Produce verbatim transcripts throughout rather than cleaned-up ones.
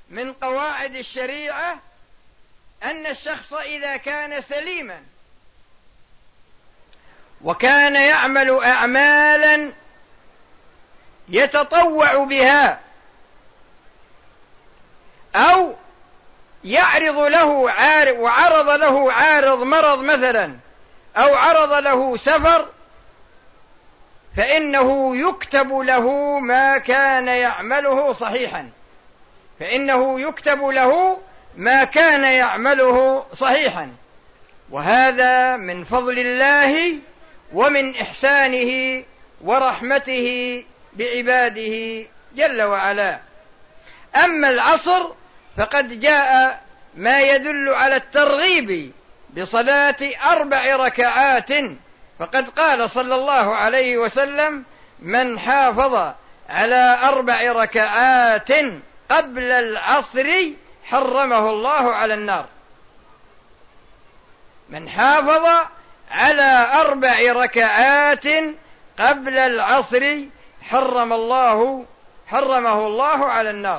من قواعد الشريعة أن الشخص إذا كان سليما وكان يعمل أعمالا يتطوع بها أو يعرض له عارض وعرض له عارض مرض مثلا أو عرض له سفر، فإنه يكتب له ما كان يعمله صحيحا فإنه يكتب له ما كان يعمله صحيحا وهذا من فضل الله ومن إحسانه ورحمته بعباده جل وعلا. أما العصر فقد جاء ما يدل على الترغيب بصلاة أربع ركعات، فقد قال صلى الله عليه وسلم: من حافظ على أربع ركعات قبل العصر حرمه الله على النار. من حافظ على أربع ركعات قبل العصر حرم الله حرمه الله على النار.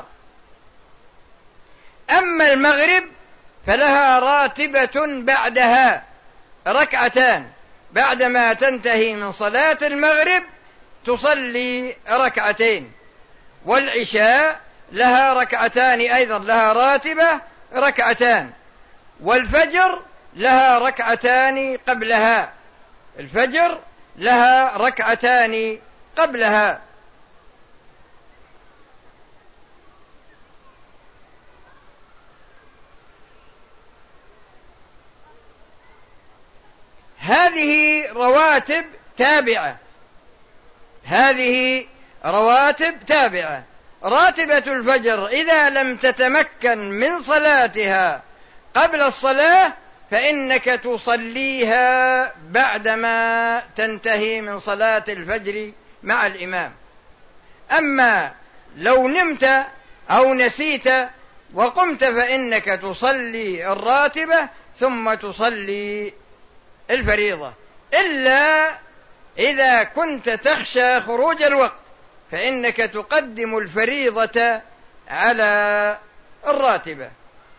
أما المغرب فلها راتبة بعدها ركعتان، بعدما تنتهي من صلاة المغرب تصلي ركعتين، والعشاء لها ركعتان أيضا، لها راتبة ركعتان، والفجر لها ركعتان قبلها، الفجر لها ركعتان قبلها. هذه رواتب تابعة هذه رواتب تابعة راتبة الفجر إذا لم تتمكن من صلاتها قبل الصلاة فإنك تصليها بعدما تنتهي من صلاة الفجر مع الإمام. أما لو نمت أو نسيت وقمت فإنك تصلي الراتبة ثم تصلي الفريضة، إلا إذا كنت تخشى خروج الوقت فإنك تقدم الفريضة على الراتبة.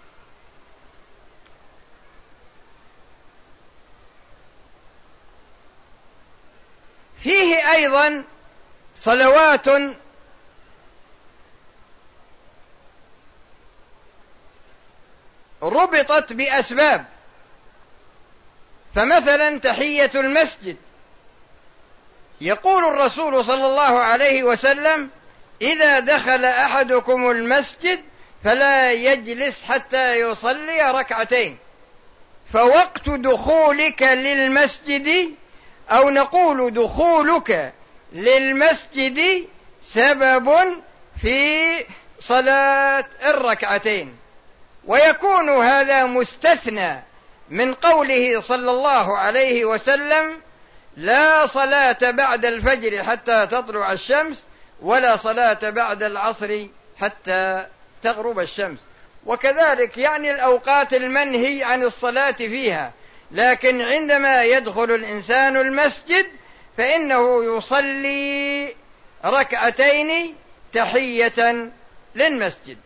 فيه أيضا صلوات ربطت بأسباب، فمثلا تحية المسجد، يقول الرسول صلى الله عليه وسلم: إذا دخل أحدكم المسجد فلا يجلس حتى يصلي ركعتين. فوقت دخولك للمسجد أو نقول دخولك للمسجد سبب في صلاة الركعتين، ويكون هذا مستثنى من قوله صلى الله عليه وسلم: لا صلاة بعد الفجر حتى تطلع الشمس ولا صلاة بعد العصر حتى تغرب الشمس. وكذلك يعني الأوقات المنهي عن الصلاة فيها، لكن عندما يدخل الإنسان المسجد فإنه يصلي ركعتين تحية للمسجد.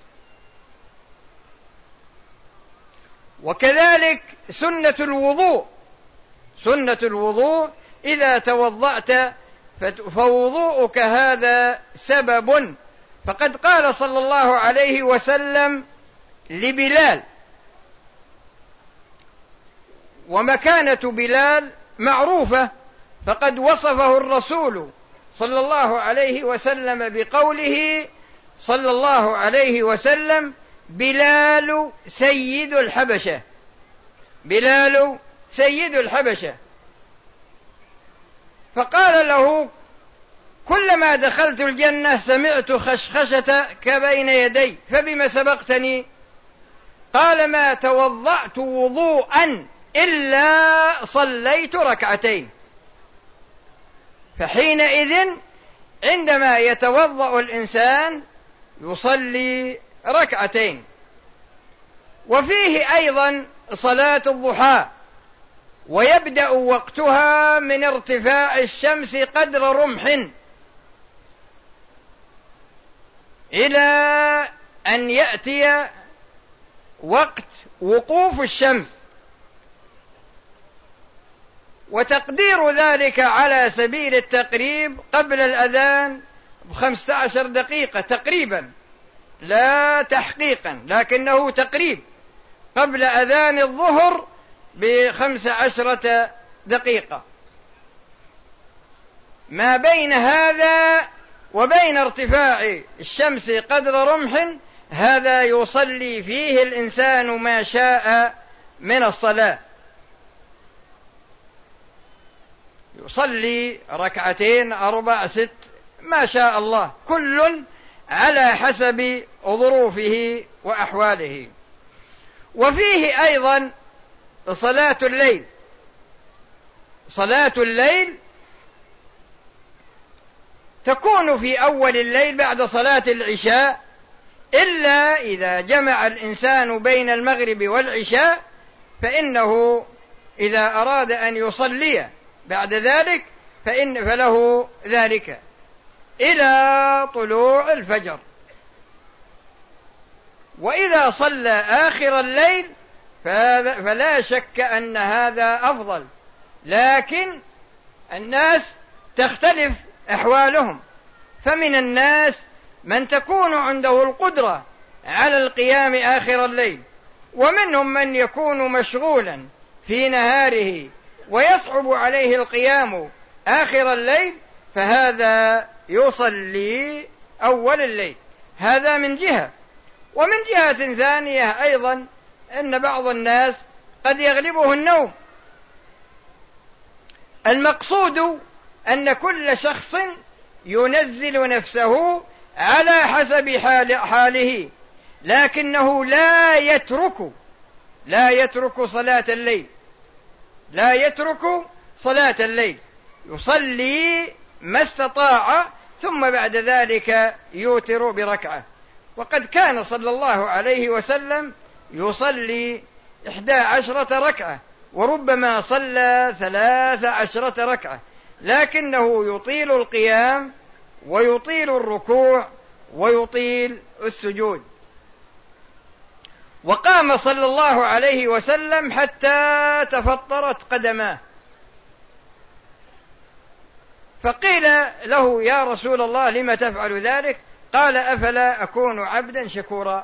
وكذلك سنة الوضوء سنة الوضوء إذا توضأت فوضوءك هذا سبب، فقد قال صلى الله عليه وسلم لبلال، ومكانة بلال معروفة، فقد وصفه الرسول صلى الله عليه وسلم بقوله صلى الله عليه وسلم: بلال سيد الحبشة بلال سيد الحبشة. فقال له: كلما دخلت الجنة سمعت خشخشة كبين يدي، فبما سبقتني؟ قال: ما توضأت وضوءا إلا صليت ركعتين. فحينئذ عندما يتوضأ الإنسان يصلي ركعتين. وفيه أيضا صلاة الضحى، ويبدأ وقتها من ارتفاع الشمس قدر رمح إلى أن يأتي وقت وقوف الشمس، وتقدير ذلك على سبيل التقريب قبل الأذان بخمسة عشر دقيقة تقريبا، لا تحقيقا لكنه تقريب، قبل أذان الظهر بخمس عشرة دقيقة. ما بين هذا وبين ارتفاع الشمس قدر رمح هذا يصلي فيه الإنسان ما شاء من الصلاة، يصلي ركعتين أربع ست ما شاء الله، كل على حسب ظروفه وأحواله. وفيه أيضا صلاة الليل. صلاة الليل تكون في أول الليل بعد صلاة العشاء، إلا إذا جمع الإنسان بين المغرب والعشاء فإنه إذا أراد أن يصلي بعد ذلك فإن فله ذلك إلى طلوع الفجر. وإذا صلى آخر الليل فلا شك أن هذا أفضل، لكن الناس تختلف أحوالهم، فمن الناس من تكون عنده القدرة على القيام آخر الليل، ومنهم من يكون مشغولا في نهاره ويصعب عليه القيام آخر الليل، فهذا يصلي أول الليل. هذا من جهة. ومن جهة ثانية أيضا أن بعض الناس قد يغلبه النوم. المقصود أن كل شخص ينزل نفسه على حسب حال حاله، لكنه لا يترك لا يترك صلاة الليل لا يترك صلاة الليل يصلي ما استطاع، ثم بعد ذلك يوتر بركعة. وقد كان صلى الله عليه وسلم يصلي إحدى عشرة ركعة، وربما صلى ثلاث عشرة ركعة، لكنه يطيل القيام ويطيل الركوع ويطيل السجود. وقام صلى الله عليه وسلم حتى تفطرت قدماه، فقيل له يا رسول الله لم تفعل ذلك؟ قال أفلا أكون عبدا شكورا.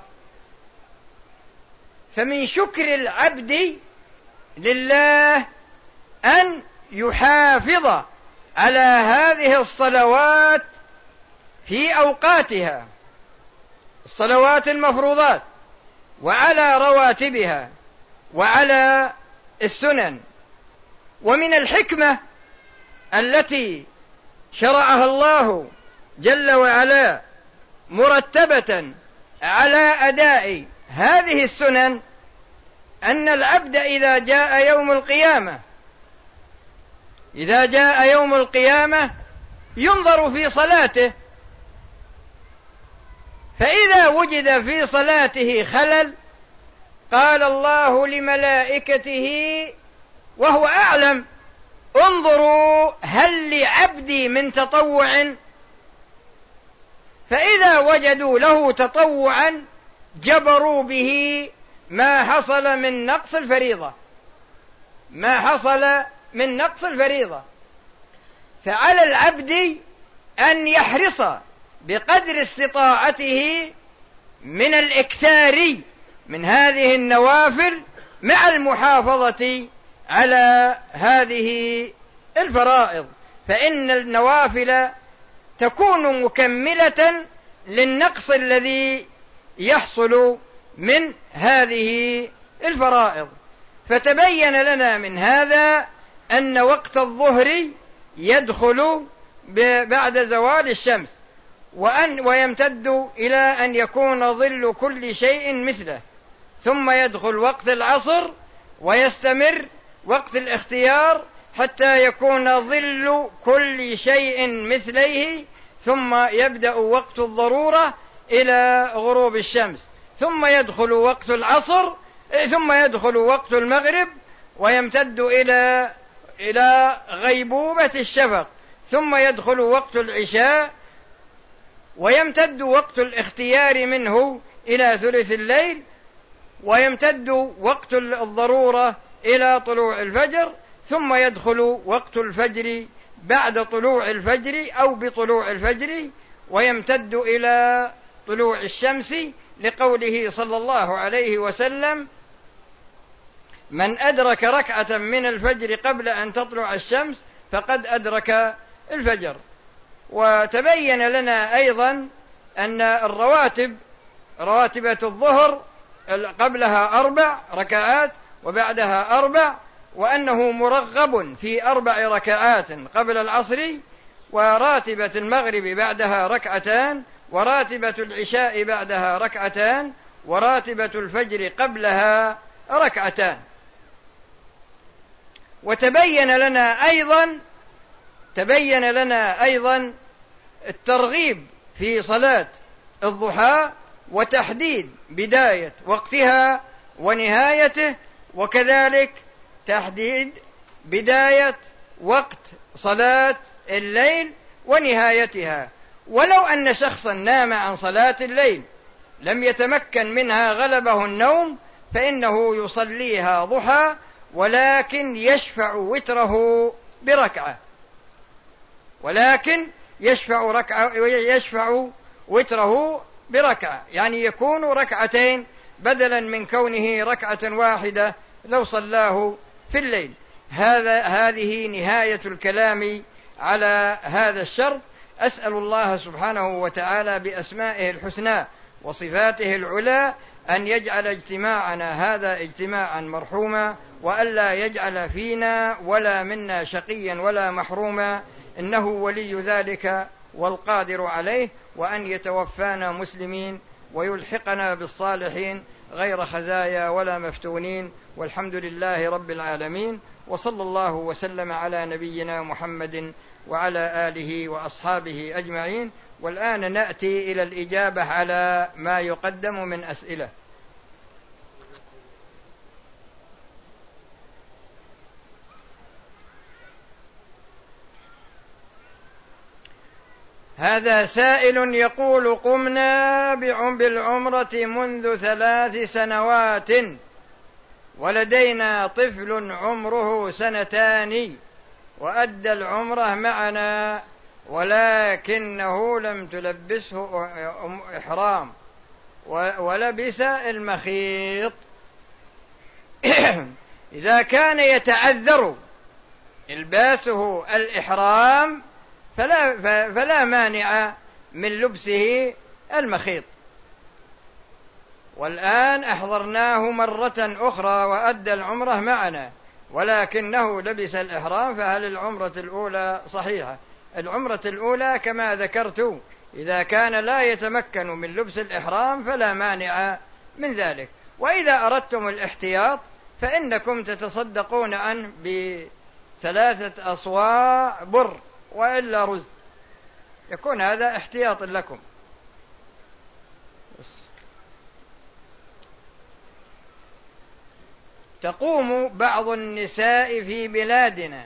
فمن شكر العبد لله أن يحافظ على هذه الصلوات في أوقاتها، الصلوات المفروضات، وعلى رواتبها، وعلى السنن. ومن الحكمة التي شرعها الله جل وعلا مرتبة على أداء هذه السنن أن العبد إذا جاء يوم القيامة إذا جاء يوم القيامة ينظر في صلاته، فإذا وجد في صلاته خلل قال الله لملائكته وهو أعلم انظروا هل لعبدي من تطوع؟ فإذا وجدوا له تطوعا جبروا به ما حصل من نقص الفريضة ما حصل من نقص الفريضة. فعلى العبد أن يحرص بقدر استطاعته من الإكثار من هذه النوافل مع المحافظة على هذه الفرائض، فإن النوافل تكون مكملة للنقص الذي يحصل من هذه الفرائض. فتبين لنا من هذا أن وقت الظهر يدخل بعد زوال الشمس، وأن ويمتد إلى أن يكون ظل كل شيء مثله، ثم يدخل وقت العصر ويستمر وقت الاختيار حتى يكون ظل كل شيء مثليه، ثم يبدأ وقت الضرورة إلى غروب الشمس، ثم يدخل وقت العصر، ثم يدخل وقت المغرب ويمتد إلى إلى غيبوبة الشفق، ثم يدخل وقت العشاء ويمتد وقت الاختيار منه إلى ثلث الليل، ويمتد وقت الضرورة إلى طلوع الفجر، ثم يدخل وقت الفجر بعد طلوع الفجر أو بطلوع الفجر، ويمتد إلى طلوع الشمس، لقوله صلى الله عليه وسلم: من أدرك ركعة من الفجر قبل أن تطلع الشمس فقد أدرك الفجر. وتبين لنا أيضا أن الرواتب، راتبة الظهر قبلها أربع ركعات وبعدها أربع، وأنه مرغب في أربع ركعات قبل العصر، وراتبة المغرب بعدها ركعتان، وراتبة العشاء بعدها ركعتان، وراتبة الفجر قبلها ركعتان. وتبين لنا أيضا تبين لنا أيضا الترغيب في صلاة الضحى، وتحديد بداية وقتها ونهايته، وكذلك تحديد بداية وقت صلاة الليل ونهايتها. ولو أن شخصا نام عن صلاة الليل لم يتمكن منها، غلبه النوم، فإنه يصليها ضحى، ولكن يشفع وتره بركعة ولكن يشفع ركعة يشفع وتره بركعة يعني يكون ركعتين بدلا من كونه ركعة واحدة لو صلاه في الليل. هذا هذه نهاية الكلام على هذا الشرط. أسأل الله سبحانه وتعالى بأسمائه الحسنى وصفاته العلى أن يجعل اجتماعنا هذا اجتماعا مرحوما، وألا يجعل فينا ولا منا شقيا ولا محروما، إنه ولي ذلك والقادر عليه، وأن يتوفانا مسلمين ويلحقنا بالصالحين غير خزايا ولا مفتونين، والحمد لله رب العالمين، وصلى الله وسلم على نبينا محمد وعلى آله وأصحابه أجمعين. والآن نأتي إلى الإجابة على ما يقدم من أسئلة. هذا سائل يقول: قمنا بالعمرة منذ ثلاث سنوات، ولدينا طفل عمره سنتان، وأدى العمرة معنا، ولكنه لم تلبسه إحرام ولبس المخيط. إذا كان يتعذر إلباسه الإحرام فلا, فلا مانع من لبسه المخيط. والآن أحضرناه مرة أخرى وأدى العمرة معنا، ولكنه لبس الإحرام، فهل العمرة الأولى صحيحة؟ العمرة الأولى كما ذكرت إذا كان لا يتمكن من لبس الإحرام فلا مانع من ذلك. وإذا أردتم الاحتياط فإنكم تتصدقون عنه بثلاثة أصواع بر وإلا رز، يكون هذا احتياط لكم. تقوم بعض النساء في بلادنا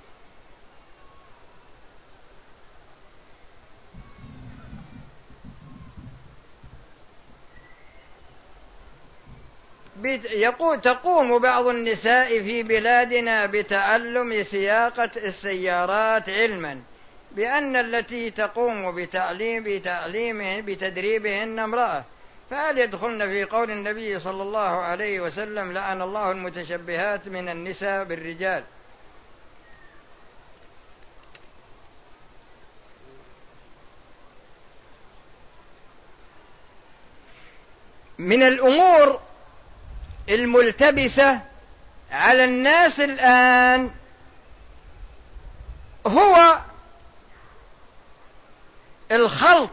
يقول تقوم بعض النساء في بلادنا بتعلم سياقة السيارات، علما بأن التي تقوم بتعليم بتعليمه بتدريبهن امرأة، فهل يدخلن في قول النبي صلى الله عليه وسلم: لعن الله المتشبهات من النساء بالرجال؟ من الأمور الملتبسة على الناس الآن هو الخلط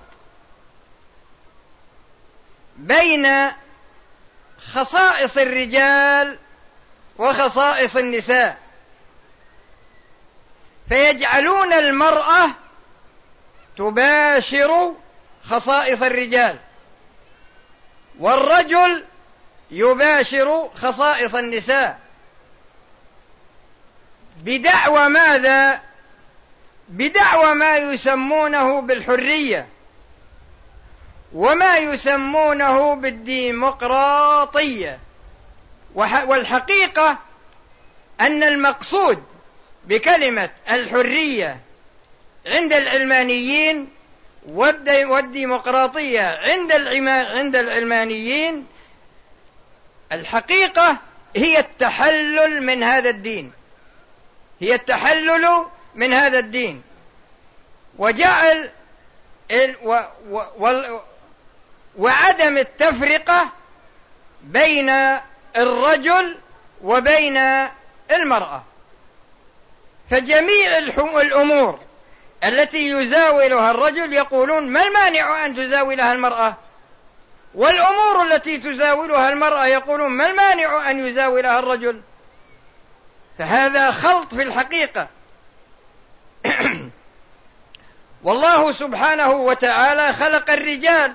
بين خصائص الرجال وخصائص النساء، فيجعلون المرأة تباشر خصائص الرجال، والرجل يباشر خصائص النساء، بدعوى ماذا؟ بدعوى ما يسمونه بالحرية، وما يسمونه بالديمقراطية. والحقيقة أن المقصود بكلمة الحرية عند العلمانيين والديمقراطية عند العلمانيين الحقيقة هي التحلل من هذا الدين، هي التحلل من هذا الدين وجعل و و و وعدم التفرقة بين الرجل وبين المرأة. فجميع الأمور التي يزاولها الرجل يقولون ما المانع أن تزاولها المرأة، والأمور التي تزاولها المرأة يقولون ما المانع أن يزاولها الرجل. فهذا خلط في الحقيقة. والله سبحانه وتعالى خلق الرجال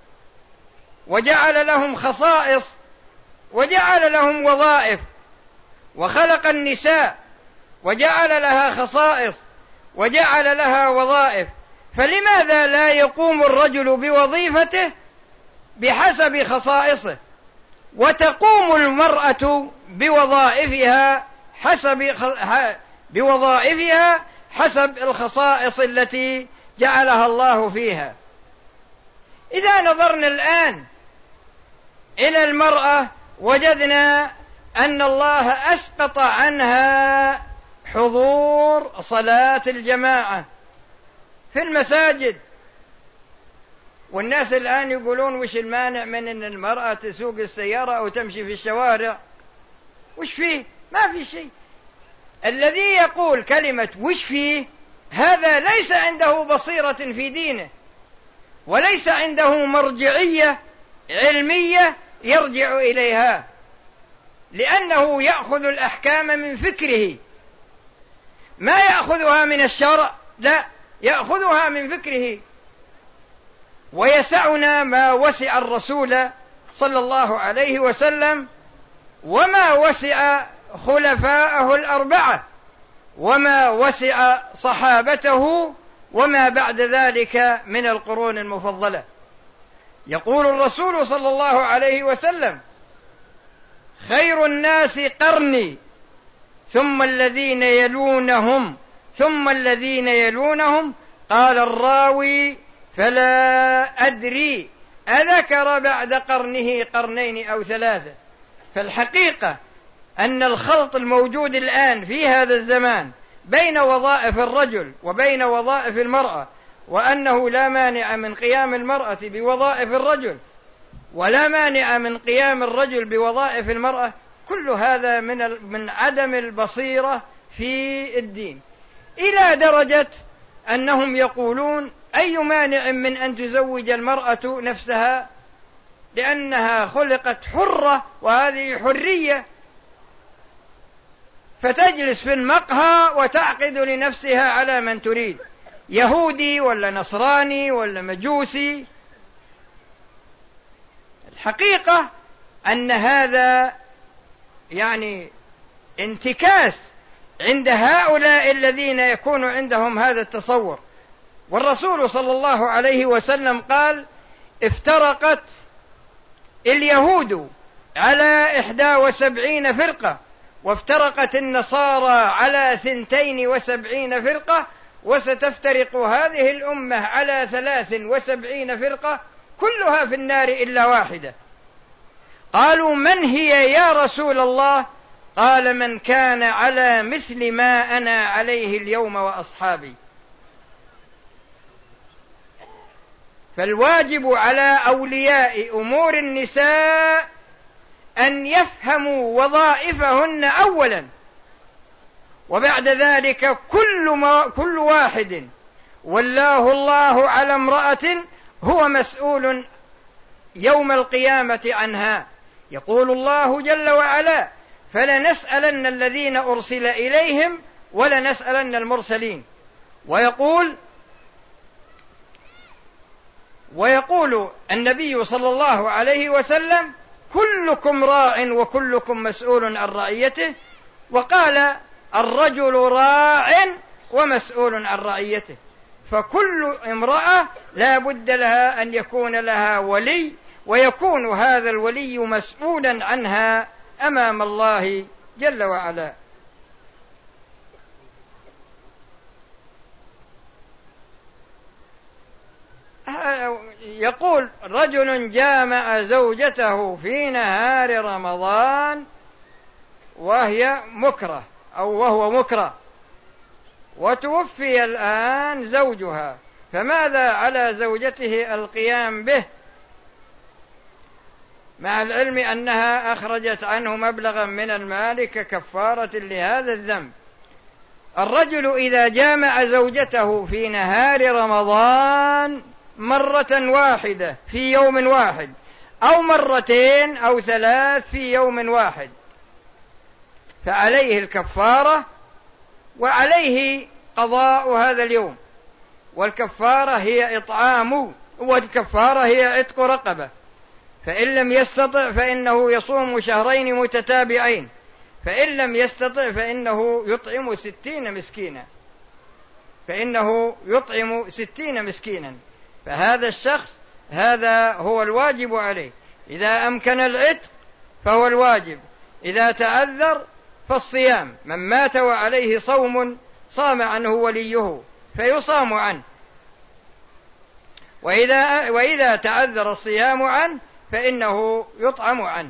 وجعل لهم خصائص وجعل لهم وظائف، وخلق النساء وجعل لها خصائص وجعل لها وظائف. فلماذا لا يقوم الرجل بوظيفته بحسب خصائصه، وتقوم المرأة بوظائفها حسب بوظائفها حسب الخصائص التي جعلها الله فيها؟ إذا نظرنا الآن إلى المرأة وجدنا أن الله أسقط عنها حضور صلاة الجماعة في المساجد. والناس الآن يقولون وش المانع من أن المرأة تسوق السيارة أو تمشي في الشوارع؟ وش فيه؟ ما في شيء. الذي يقول كلمة وش فيه هذا ليس عنده بصيرة في دينه، وليس عنده مرجعية علمية يرجع إليها، لأنه يأخذ الأحكام من فكره، ما يأخذها من الشرع، لا، يأخذها من فكره. ويسعنا ما وسع الرسول صلى الله عليه وسلم وما وسع خلفاءه الأربعة وما وسع صحابته وما بعد ذلك من القرون المفضلة. يقول الرسول صلى الله عليه وسلم: خير الناس قرني ثم الذين يلونهم ثم الذين يلونهم. قال الراوي: فلا أدري أذكر بعد قرنه قرنين أو ثلاثة. فالحقيقة أن الخلط الموجود الآن في هذا الزمان بين وظائف الرجل وبين وظائف المرأة، وأنه لا مانع من قيام المرأة بوظائف الرجل ولا مانع من قيام الرجل بوظائف المرأة، كل هذا من من عدم البصيرة في الدين، إلى درجة أنهم يقولون: أي مانع من أن تزوج المرأة نفسها لأنها خلقت حرة وهذه حرية، فتجلس في المقهى وتعقد لنفسها على من تريد، يهودي ولا نصراني ولا مجوسي. الحقيقة أن هذا يعني انتكاس عند هؤلاء الذين يكون عندهم هذا التصور. والرسول صلى الله عليه وسلم قال: افترقت اليهود على إحدى وسبعين فرقة، وافترقت النصارى على ثنتين وسبعين فرقة، وستفترق هذه الأمة على ثلاث وسبعين فرقة كلها في النار إلا واحدة. قالوا: من هي يا رسول الله؟ قال: من كان على مثل ما أنا عليه اليوم وأصحابي. فالواجب على أولياء أمور النساء أن يفهموا وظائفهن أولا، وبعد ذلك كل, ما كل واحد ولاه الله على امرأة هو مسؤول يوم القيامة عنها. يقول الله جل وعلا: فلنسألن الذين أرسل إليهم ولنسألن المرسلين. ويقول ويقول النبي صلى الله عليه وسلم: كلكم راع وكلكم مسؤول عن رعيته. وقال: الرجل راع ومسؤول عن رعيته. فكل امرأة لا بد لها أن يكون لها ولي، ويكون هذا الولي مسؤولا عنها أمام الله جل وعلا. يقول: رجل جامع زوجته في نهار رمضان وهي مكره أو وهو مكره، وتوفي الآن زوجها، فماذا على زوجته القيام به، مع العلم أنها أخرجت عنه مبلغا من المال ككفارة لهذا الذنب؟ الرجل إذا جامع زوجته في نهار رمضان مرة واحدة في يوم واحد، أو مرتين أو ثلاث في يوم واحد، فعليه الكفارة وعليه قضاء هذا اليوم، والكفارة هي إطعام، والكفارة هي عتق رقبة، فإن لم يستطع فإنه يصوم شهرين متتابعين، فإن لم يستطع فإنه يطعم ستين مسكينا فإنه يطعم ستين مسكينا فهذا الشخص هذا هو الواجب عليه. إذا أمكن العتق فهو الواجب، إذا تعذر فالصيام، من مات وعليه صوم صام عنه وليه فيصام عنه، وإذا, وإذا تعذر الصيام عنه فإنه يطعم عنه.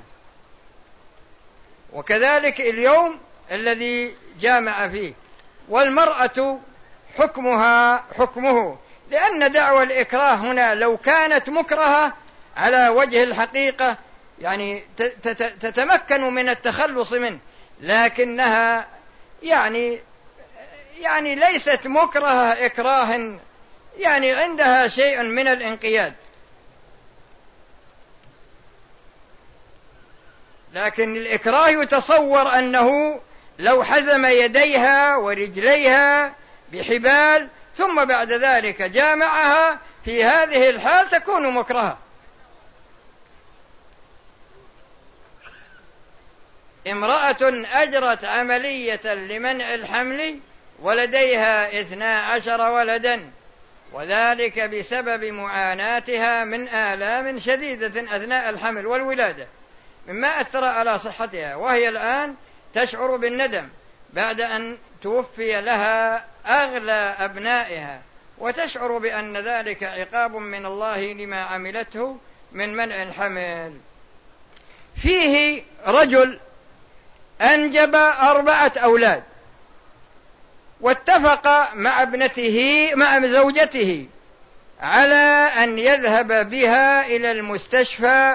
وكذلك اليوم الذي جامع فيه. والمرأة حكمها حكمه، لأن دعوى الإكراه هنا لو كانت مكرهة على وجه الحقيقة يعني تتمكن من التخلص منه، لكنها يعني يعني ليست مكرهة إكراه يعني عندها شيء من الانقياد، لكن الإكراه يتصور أنه لو حزم يديها ورجليها بحبال ثم بعد ذلك جامعها، في هذه الحال تكون مكرهة. امرأة أجرت عملية لمنع الحمل ولديها اثنا عشر ولدا، وذلك بسبب معاناتها من آلام شديدة أثناء الحمل والولادة مما أثر على صحتها، وهي الآن تشعر بالندم بعد أن توفي لها أغلى أبنائها، وتشعر بأن ذلك عقاب من الله لما عملته من منع الحمل. فيه رجل أنجب أربعة أولاد، واتفق مع ابنته مع زوجته على أن يذهب بها إلى المستشفى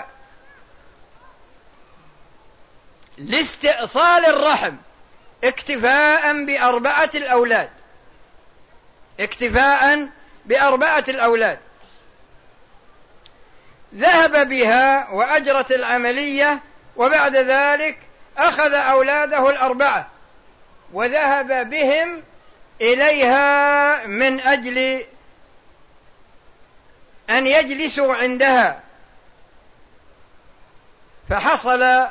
لاستئصال الرحم اكتفاء بأربعة الأولاد اكتفاء بأربعة الأولاد ذهب بها وأجرت العملية، وبعد ذلك أخذ أولاده الأربعة وذهب بهم إليها من أجل أن يجلسوا عندها، فحصل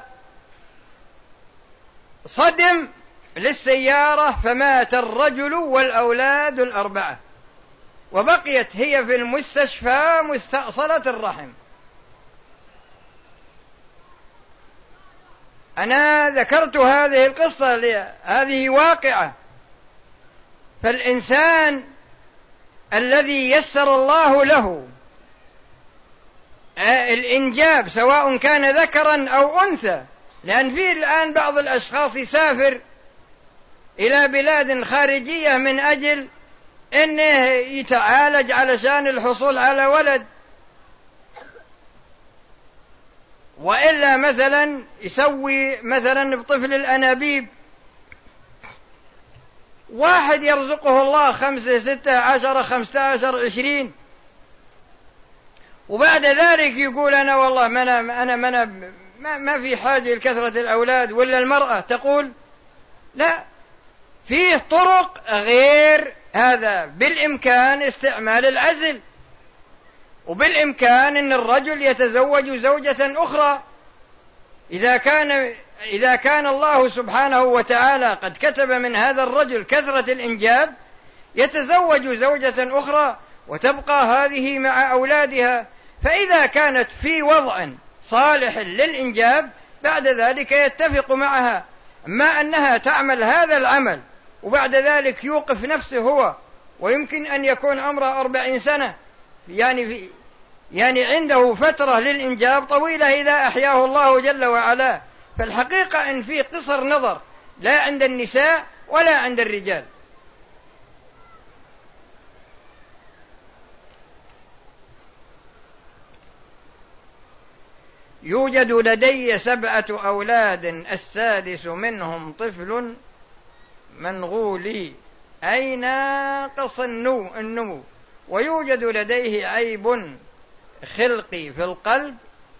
صدم للسيارة فمات الرجل والأولاد الأربعة، وبقيت هي في المستشفى مستأصلة الرحم. أنا ذكرت هذه القصة، هذه واقعة. فالإنسان الذي يسر الله له الإنجاب سواء كان ذكرا أو أنثى، لأن فيه الآن بعض الأشخاص يسافر إلى بلاد خارجية من أجل أنه يتعالج علشان الحصول على ولد، وإلا مثلا يسوي مثلا بطفل الأنابيب، واحد يرزقه الله خمسة ستة عشر خمسة عشر عشرين، وبعد ذلك يقول أنا والله ما أنا أنا ما, أنا ما, ما في حاجة لكثرة الأولاد. ولا المرأة تقول لا، فيه طرق غير هذا، بالإمكان استعمال العزل، وبالإمكان أن الرجل يتزوج زوجة أخرى إذا كان إذا كان الله سبحانه وتعالى قد كتب من هذا الرجل كثرة الإنجاب، يتزوج زوجة أخرى وتبقى هذه مع أولادها، فإذا كانت في وضع صالح للإنجاب بعد ذلك يتفق معها. ما أنها تعمل هذا العمل وبعد ذلك يوقف نفسه هو، ويمكن أن يكون عمره أربعين سنة، يعني في يعني عنده فترة للإنجاب طويلة إذا أحياه الله جل وعلا. فالحقيقة أن في قصر نظر لا عند النساء ولا عند الرجال. يوجد لدي سبعة أولاد، السادس منهم طفل منغولي أي ناقص النمو، ويوجد لديه عيب خلقي في القلب،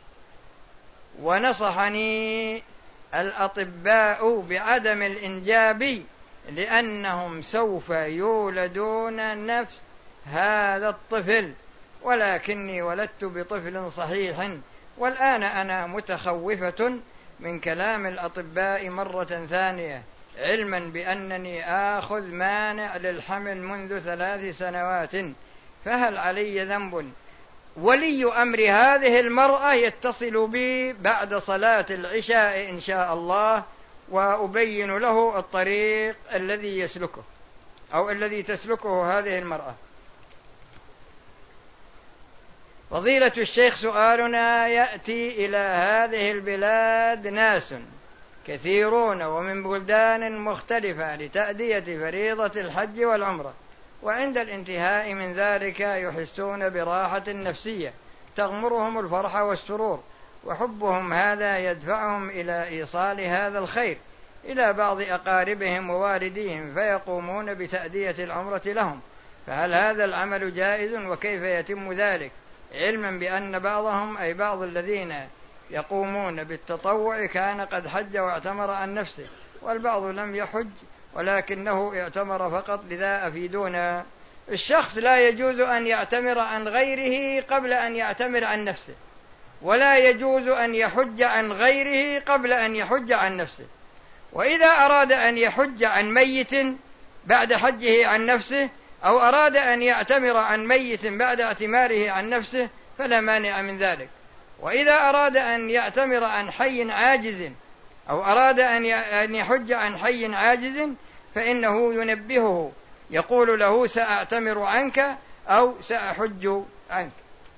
ونصحني الأطباء بعدم الإنجاب لأنهم سوف يولدون نفس هذا الطفل، ولكني ولدت بطفل صحيح، والآن أنا متخوفة من كلام الأطباء مرة ثانية، علما بأنني آخذ مانع للحمل منذ ثلاث سنوات، فهل علي ذنب؟ ولي أمر هذه المرأة يتصل بي بعد صلاة العشاء إن شاء الله، وأبين له الطريق الذي يسلكه أو الذي تسلكه هذه المرأة. فضيلة الشيخ، سؤالنا يأتي إلى هذه البلاد ناس كثيرون ومن بلدان مختلفة لتأدية فريضة الحج والعمرة، وعند الانتهاء من ذلك يحسون براحة نفسية تغمرهم الفرح والسرور، وحبهم هذا يدفعهم إلى إيصال هذا الخير إلى بعض أقاربهم ووالديهم، فيقومون بتأدية العمرة لهم، فهل هذا العمل جائز وكيف يتم ذلك؟ علما بأن بعضهم أي بعض الذين يقومون بالتطوع كان قد حج واعتمر عن نفسه، والبعض لم يحج ولكنه اعتمر فقط، لذا أفيدونا. الشخص لا يجوز أن يعتمر عن غيره قبل أن يعتمر عن نفسه، ولا يجوز أن يحج عن غيره قبل أن يحج عن نفسه، وإذا أراد أن يحج عن ميت بعد حجه عن نفسه، أو أراد أن يعتمر عن ميت بعد اعتماره عن نفسه فلا مانع من ذلك. وإذا أراد أن يعتمر عن حي عاجز أو أراد أن يحج عن حي عاجز فإنه ينبهه، يقول له سأعتمر عنك أو سأحج عنك.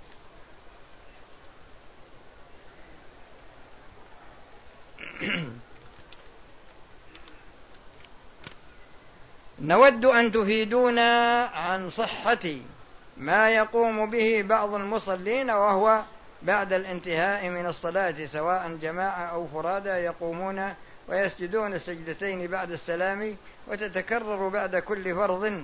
نود أن تفيدونا عن صحة ما يقوم به بعض المصلين وهو بعد الانتهاء من الصلاة سواء جماعة أو فرادى يقومون ويسجدون السجدتين بعد السلام، وتتكرر بعد كل فرض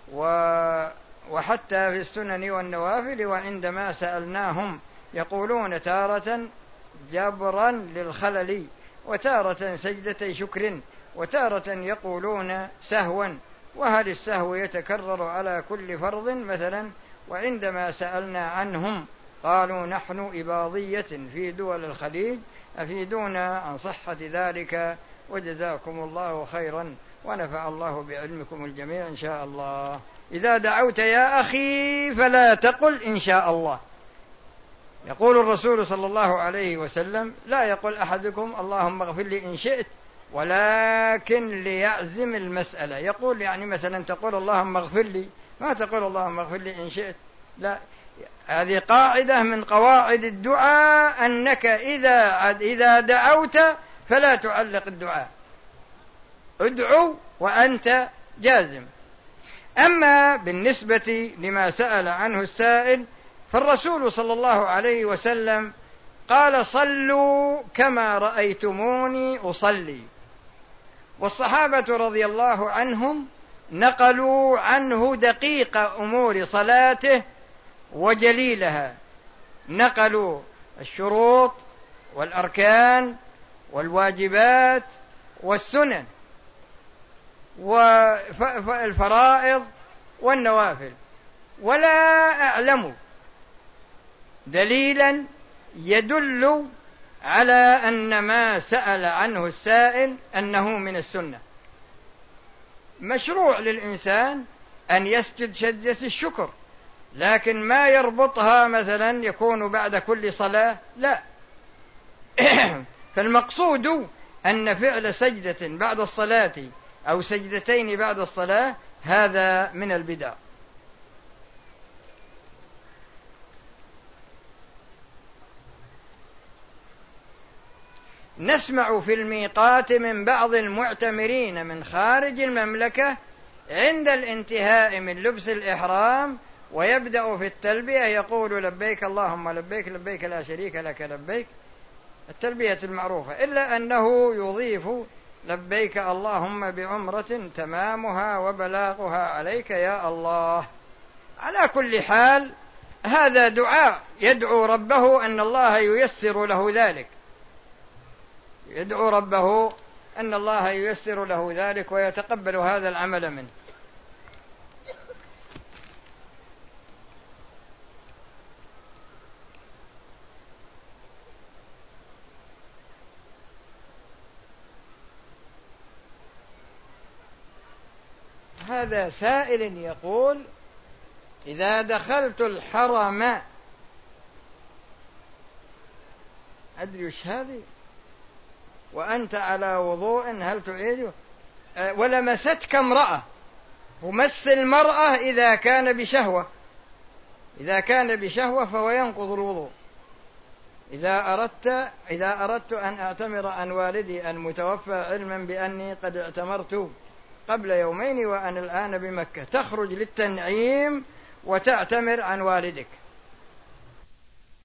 وحتى في السنن والنوافل، وعندما سألناهم يقولون تارة جبرا للخلل، وتارة سجدتي شكر، وتارة يقولون سهوا. وهل السهو يتكرر على كل فرض مثلا؟ وعندما سألنا عنهم قالوا نحن إباضية في دول الخليج، أفيدونا عن صحة ذلك وجزاكم الله خيرا ونفع الله بعلمكم الجميع إن شاء الله. إذا دعوت يا أخي فلا تقل إن شاء الله. يقول الرسول صلى الله عليه وسلم لا يقول أحدكم اللهم اغفر لي إن شئت، ولكن ليعزم المسألة. يقول يعني مثلا تقول اللهم اغفر لي، ما تقول اللهم اغفر لي إن شئت، لا. هذه قاعدة من قواعد الدعاء أنك إذا إذا دعوت فلا تعلق الدعاء، ادعو وأنت جازم. أما بالنسبة لما سأل عنه السائل فالرسول صلى الله عليه وسلم قال صلوا كما رأيتموني أصلي، والصحابة رضي الله عنهم نقلوا عنه دقيق أمور صلاته وجليلها، نقلوا الشروط والأركان والواجبات والسنن والفرائض والنوافل، ولا أعلم دليلا يدل على أن ما سأل عنه السائل أنه من السنة. مشروع للإنسان أن يسجد سجدة الشكر، لكن ما يربطها مثلا يكون بعد كل صلاة، لا. فالمقصود أن فعل سجدة بعد الصلاة أو سجدتين بعد الصلاة هذا من البدع. نسمع في الميقات من بعض المعتمرين من خارج المملكة عند الانتهاء من لبس الإحرام ويبدأ في التلبية يقول لبيك اللهم لبيك لبيك لا شريك لك لبيك، التلبية المعروفة، إلا أنه يضيف لبيك اللهم بعمرة تمامها وبلاغها عليك يا الله. على كل حال هذا دعاء يدعو ربه أن الله ييسر له ذلك، يدعو ربه أن الله ييسر له ذلك ويتقبل هذا العمل منه. هذا سائل يقول: إذا دخلت الحرم، أدري وش هذه، وأنت على وضوء هل تعيده؟ ولمستك امرأة، ومس المرأة إذا كان بشهوة، إذا كان بشهوة فهو ينقض الوضوء. إذا أردت إذا أردت أن أعتمر عن والدي المتوفى علما بأني قد اعتمرت قبل يومين وأنا الآن بمكة، تخرج للتنعيم وتعتمر عن والدك.